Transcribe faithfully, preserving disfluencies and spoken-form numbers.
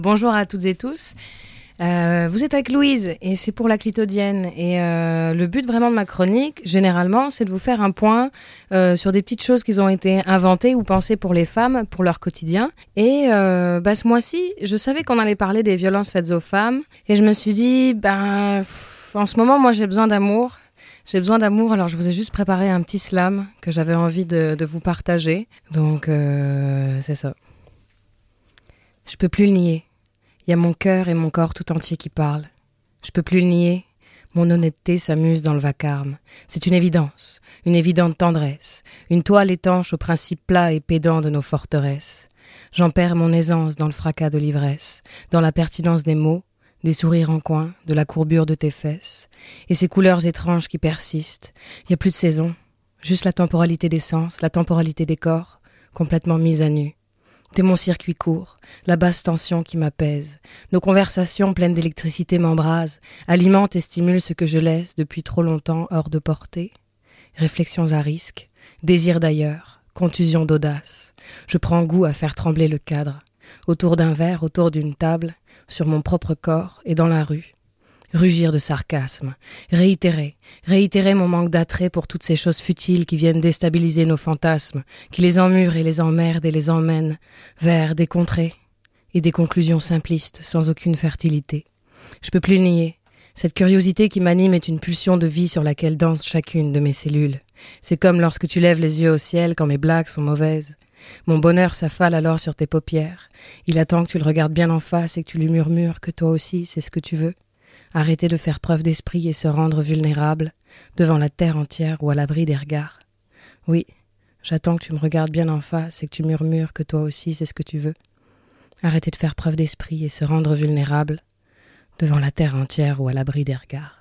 Bonjour à toutes et tous. Euh, vous êtes avec Louise et c'est pour la clitodienne. Et euh, le but vraiment de ma chronique, généralement, c'est de vous faire un point euh, sur des petites choses qui ont été inventées ou pensées pour les femmes, pour leur quotidien. Et euh, bah, ce mois-ci, je savais qu'on allait parler des violences faites aux femmes. Et je me suis dit, ben, pff, en ce moment, moi, j'ai besoin d'amour. J'ai besoin d'amour, alors je vous ai juste préparé un petit slam que j'avais envie de, de vous partager. Donc, euh, c'est ça. Je peux plus le nier. Il y a mon cœur et mon corps tout entier qui parlent. Je peux plus le nier. Mon honnêteté s'amuse dans le vacarme. C'est une évidence, une évidente tendresse, une toile étanche aux principes plats et pédants de nos forteresses. J'en perds mon aisance dans le fracas de l'ivresse, dans la pertinence des mots, des sourires en coin, de la courbure de tes fesses, et ces couleurs étranges qui persistent. Il n'y a plus de saison, juste la temporalité des sens, la temporalité des corps, complètement mise à nu. T'es mon circuit court, la basse tension qui m'apaise. Nos conversations pleines d'électricité m'embrasent, alimentent et stimulent ce que je laisse depuis trop longtemps hors de portée. Réflexions à risque, désir d'ailleurs, contusion d'audace. Je prends goût à faire trembler le cadre. Autour d'un verre, autour d'une table, sur mon propre corps et dans la rue. Rugir de sarcasme, réitérer, réitérer mon manque d'attrait pour toutes ces choses futiles qui viennent déstabiliser nos fantasmes, qui les emmurent et les emmerdent et les emmènent vers des contrées et des conclusions simplistes sans aucune fertilité. Je peux plus le nier. Cette curiosité qui m'anime est une pulsion de vie sur laquelle danse chacune de mes cellules. C'est comme lorsque tu lèves les yeux au ciel quand mes blagues sont mauvaises. Mon bonheur s'affale alors sur tes paupières. Il attend que tu le regardes bien en face et que tu lui murmures que toi aussi c'est ce que tu veux. Arrêter de faire preuve d'esprit et se rendre vulnérable devant la terre entière ou à l'abri des regards. Oui, j'attends que tu me regardes bien en face et que tu murmures que toi aussi c'est ce que tu veux. Arrêter de faire preuve d'esprit et se rendre vulnérable devant la terre entière ou à l'abri des regards.